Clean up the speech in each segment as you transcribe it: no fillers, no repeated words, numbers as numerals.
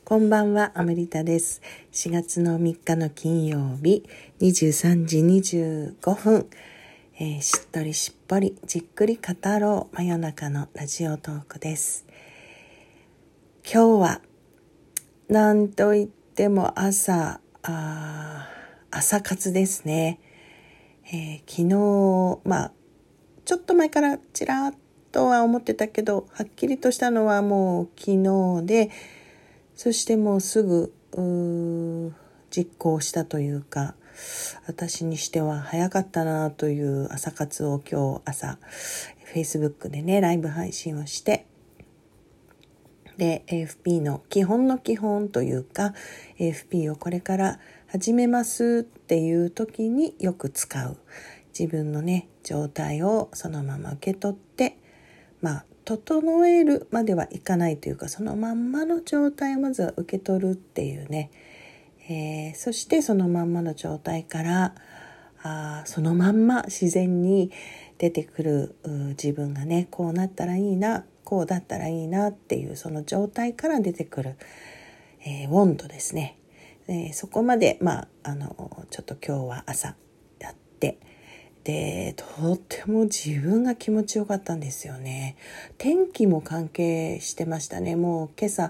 こんばんは、アムリタです。4月の3日の金曜日、23時25分、しっとりしっぽりじっくり語ろう真夜中のラジオトークです。今日はなんといっても朝活ですね。昨日、ちょっと前からちらっとは思ってたけど、はっきりとしたのはもう昨日で、そしてもうすぐ実行したというか、私にしては早かったなという朝活を今日朝 Facebook でねライブ配信をして、で AFP の基本の基本というか AFP をこれから始めますっていう時によく使う自分のね状態をそのまま受け取って、整えるまではいかないというか、そのまんまの状態をまずは受け取るっていうね、そしてそのまんまの状態からそのまんま自然に出てくる自分がね、こうなったらいいな、こうだったらいいなっていうその状態から出てくる、ウォントですね。そこまで、ちょっと今日は朝やって、でとっても自分が気持ちよかったんですよね。天気も関係してましたね。もう今朝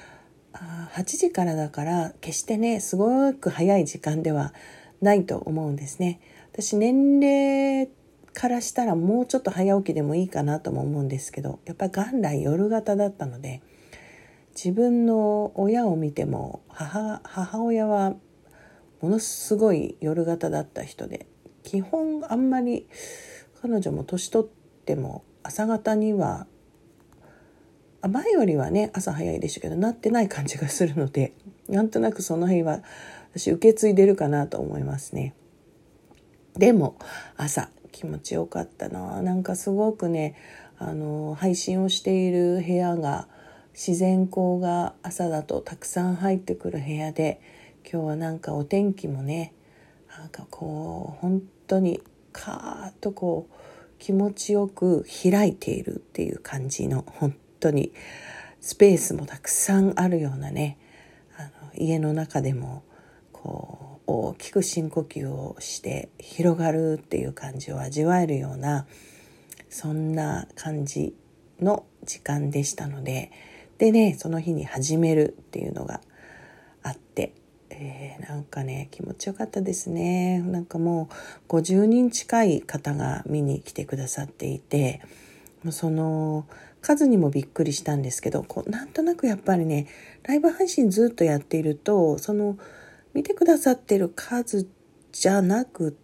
8時からだから決してねすごく早い時間ではないと思うんですね。私年齢からしたらもうちょっと早起きでもいいかなとも思うんですけど、やっぱり元来夜型だったので、自分の親を見ても母親はものすごい夜型だった人で、基本あんまり彼女も年取っても朝方には前よりはね朝早いでしょうけどなってない感じがするので、なんとなくその辺は私受け継いでるかなと思いますね。でも朝気持ちよかったな。なんかすごくね配信をしている部屋が自然光が朝だとたくさん入ってくる部屋で、今日はなんかお天気もねなんかこう本当にカーッとこう気持ちよく開いているっていう感じの、本当にスペースもたくさんあるようなね、家の中でもこう大きく深呼吸をして広がるっていう感じを味わえるような、そんな感じの時間でしたので、でねその日に始めるっていうのがあって、なんかね気持ちよかったですね。なんかもう50人近い方が見に来てくださっていて、その数にもびっくりしたんですけど、なんとなくやっぱりねライブ配信ずっとやっていると、その見てくださってる数じゃなくって、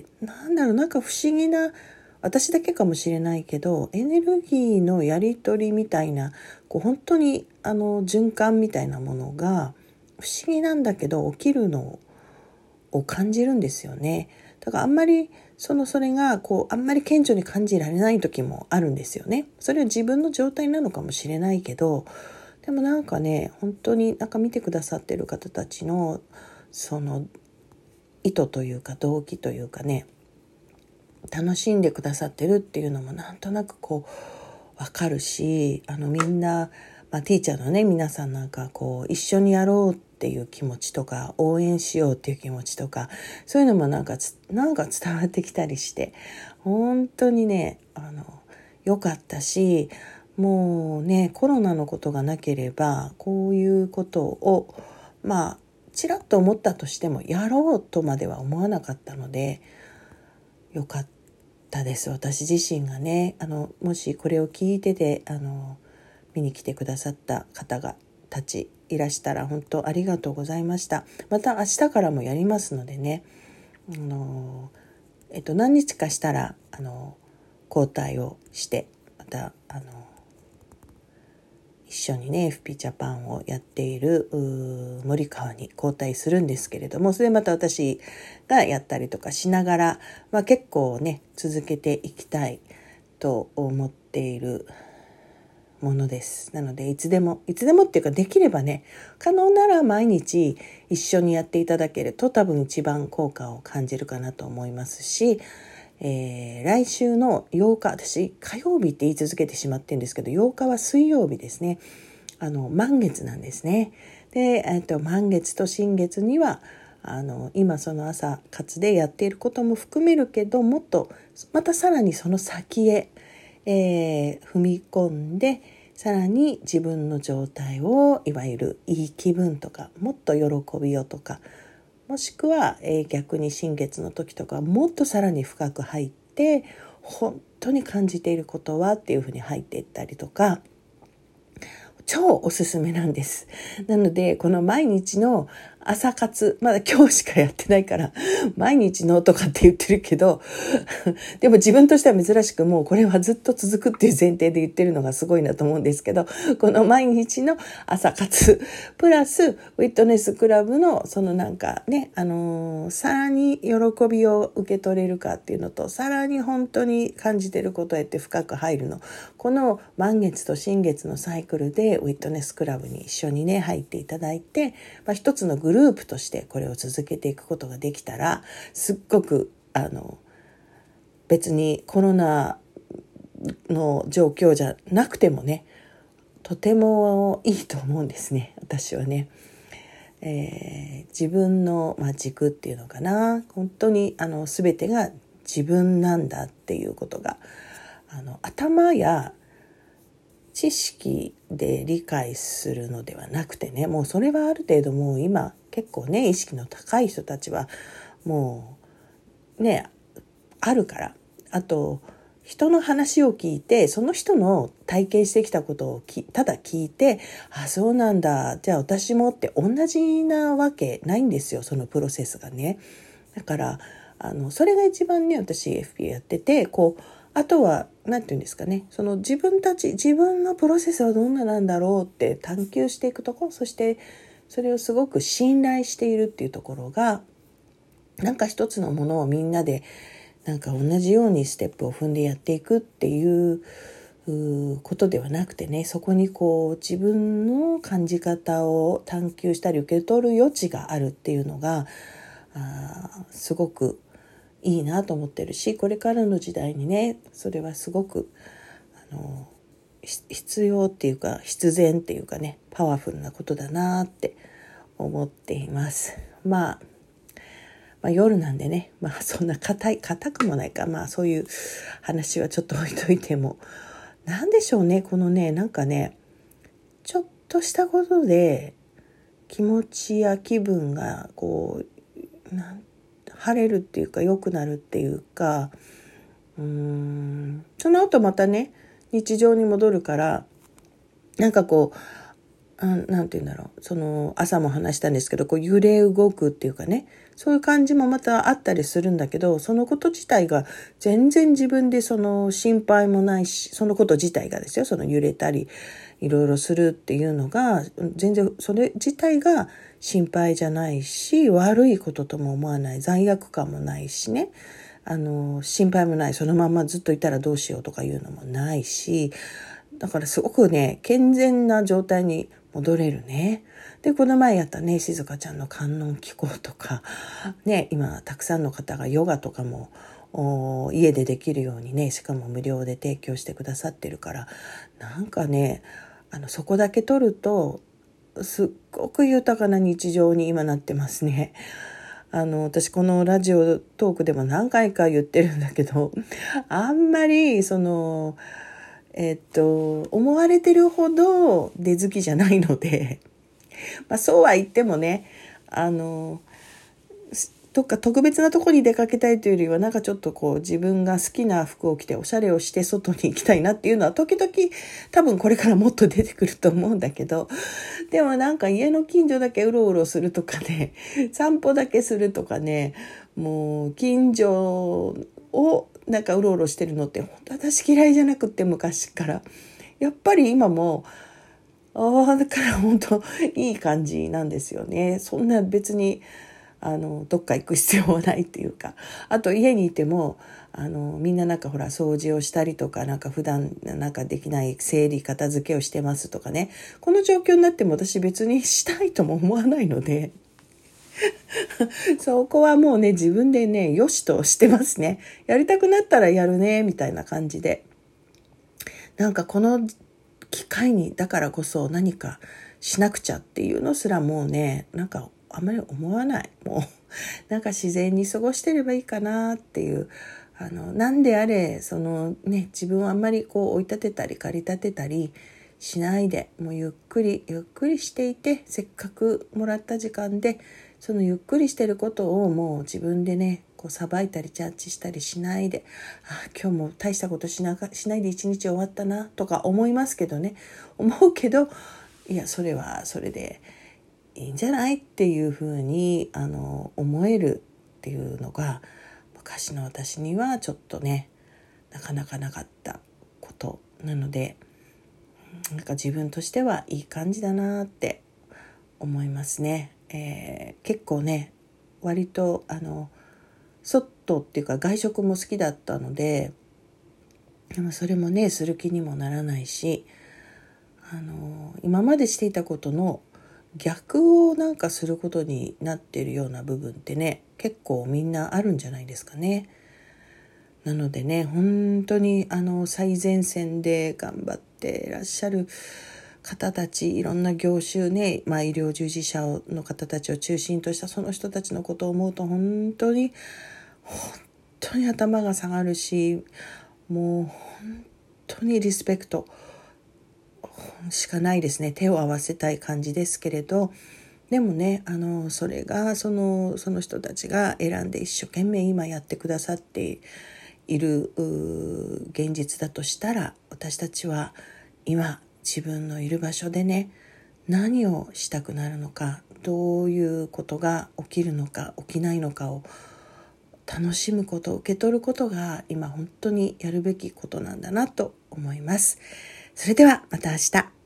なんか不思議な、私だけかもしれないけどエネルギーのやり取りみたいな、本当に循環みたいなものが不思議なんだけど起きるのを感じるんですよね。だからあんまりそれがあんまり顕著に感じられない時もあるんですよね。それは自分の状態なのかもしれないけど、でもなんかね本当になんか見てくださってる方たちのその意図というか動機というかね、楽しんでくださってるっていうのもなんとなく分かるし、みんな、ティーチャーのね皆さんなんか一緒にやろうっていう気持ちとか応援しようっていう気持ちとか、そういうのもなんか伝わってきたりして、本当にね良かったし、もうねコロナのことがなければこういうことをちらっと思ったとしてもやろうとまでは思わなかったので良かったです。私自身がねもしこれを聞いてて見に来てくださった方がたちいらしたら本当ありがとうございました。また明日からもやりますのでね、何日かしたら交代をしてまた一緒にね FP ジャパンをやっている森川に交代するんですけれども、それまた私がやったりとかしながら、結構ね続けていきたいと思っているものです。なのでいつでもっていうか、できればね可能なら毎日一緒にやっていただけると多分一番効果を感じるかなと思いますし、来週の8日、私火曜日って言い続けてしまってるんですけど8日は水曜日ですね。 満月なんですね。で、満月と新月には今その朝活でやっていることも含めるけど、もっとまたさらにその先へ、踏み込んで、さらに自分の状態をいわゆるいい気分とか、もっと喜びをとか、もしくは、逆に新月の時とかもっとさらに深く入って、本当に感じていることはっていうふうに入っていったりとか、超おすすめなんです。なので、この毎日の朝活、まだ今日しかやってないから、毎日のとかって言ってるけど、でも自分としては珍しくもうこれはずっと続くっていう前提で言ってるのがすごいなと思うんですけど、この毎日の朝活、プラスウィットネスクラブのそのなんかね、さらに喜びを受け取れるかっていうのと、さらに本当に感じてることへって深く入るの。この満月と新月のサイクルでウィットネスクラブに一緒にね、入っていただいて、一つのグループとしてこれを続けていくことができたら、すっごく別にコロナの状況じゃなくてもね、とてもいいと思うんですね、私はね。自分の、軸っていうのかな、本当に全てが自分なんだっていうことが頭や知識で理解するのではなくてね、もうそれはある程度もう今結構ね、意識の高い人たちはもうね、あるから。あと人の話を聞いて、その人の体験してきたことをただ聞いて、あ、そうなんだ、じゃあ私もって同じなわけないんですよ、そのプロセスがね。だからそれが一番ね、私 FP やってて、あとは何て言うんですかね、その自分のプロセスはどんななんだろうって探求していくところ、そしてそれをすごく信頼しているっていうところが、なんか一つのものをみんなでなんか同じようにステップを踏んでやっていくっていうことではなくてね、そこに自分の感じ方を探求したり受け取る余地があるっていうのがすごくいいなと思ってるし、これからの時代にね、それはすごく必要っていうか必然っていうかね、パワフルなことだなって思っています。夜なんでね、そんな硬くもないか、そういう話はちょっと置いといても、なんでしょうね、このね、なんかね、ちょっとしたことで気持ちや気分が晴れるっていうか良くなるっていうか、その後またね日常に戻るから、なんかなんて言うんだろう、その朝も話したんですけど、揺れ動くっていうかね、そういう感じもまたあったりするんだけど、そのこと自体が全然自分でその心配もないし、そのこと自体がですよ、その揺れたりいろいろするっていうのが全然それ自体が心配じゃないし、悪いこととも思わない、罪悪感もないしね、心配もない、そのままずっといたらどうしようとかいうのもないし、だからすごくね、健全な状態に戻れるね。で、この前やったね、静香ちゃんの観音気候とか、ね、今たくさんの方がヨガとかも家でできるようにね、しかも無料で提供してくださってるから、なんかね、そこだけ取ると、すっごく豊かな日常に今なってますね。私このラジオトークでも何回か言ってるんだけど、あんまり思われてるほど出好きじゃないので、そうは言ってもね、どっか特別なとこに出かけたいというよりは、なんかちょっと自分が好きな服を着ておしゃれをして外に行きたいなっていうのは時々多分これからもっと出てくると思うんだけど、でもなんか家の近所だけうろうろするとかね、散歩だけするとかね、もう近所をなんかうろうろしてるのって本当私嫌いじゃなくって、昔からやっぱり今もだから本当いい感じなんですよね。そんな別にどっか行く必要はないっていうか、あと家にいてもみんななんかほら掃除をしたりとか、なんか普段なんかできない整理片付けをしてますとかね、この状況になっても私別にしたいとも思わないのでそこはもうね、自分でねよしとしてますね。やりたくなったらやるねみたいな感じで、なんかこの機会にだからこそ何かしなくちゃっていうのすらもうね、なんかあまり思わない。もうなんか自然に過ごしてればいいかなっていう、なんであれ自分をあんまり追い立てたり駆り立てたりしないで、もうゆっくりゆっくりしていて、せっかくもらった時間でそのゆっくりしてることをもう自分でねさばいたりジャッジしたりしないで、今日も大したことしないで一日終わったなとか思いますけどね、思うけど、いやそれはそれでいいんじゃないっていうふうに思えるっていうのが昔の私にはちょっとねなかなかなかったことなので、なんか自分としてはいい感じだなって思いますね。結構ね割と外っていうか外食も好きだったので、でもそれもねする気にもならないし、今までしていたことの逆をなんかすることになっているような部分ってね結構みんなあるんじゃないですかね。なのでね本当に最前線で頑張っていらっしゃる方たち、いろんな業種ね、医療従事者の方たちを中心としたその人たちのことを思うと本当に頭が下がるし、もう本当にリスペクトしかないですね。手を合わせたい感じですけれど、でもねそれがその人たちが選んで一生懸命今やってくださっている現実だとしたら、私たちは今自分のいる場所でね何をしたくなるのか、どういうことが起きるのか起きないのかを楽しむこと、受け取ることが今本当にやるべきことなんだなと思います。それではまた明日。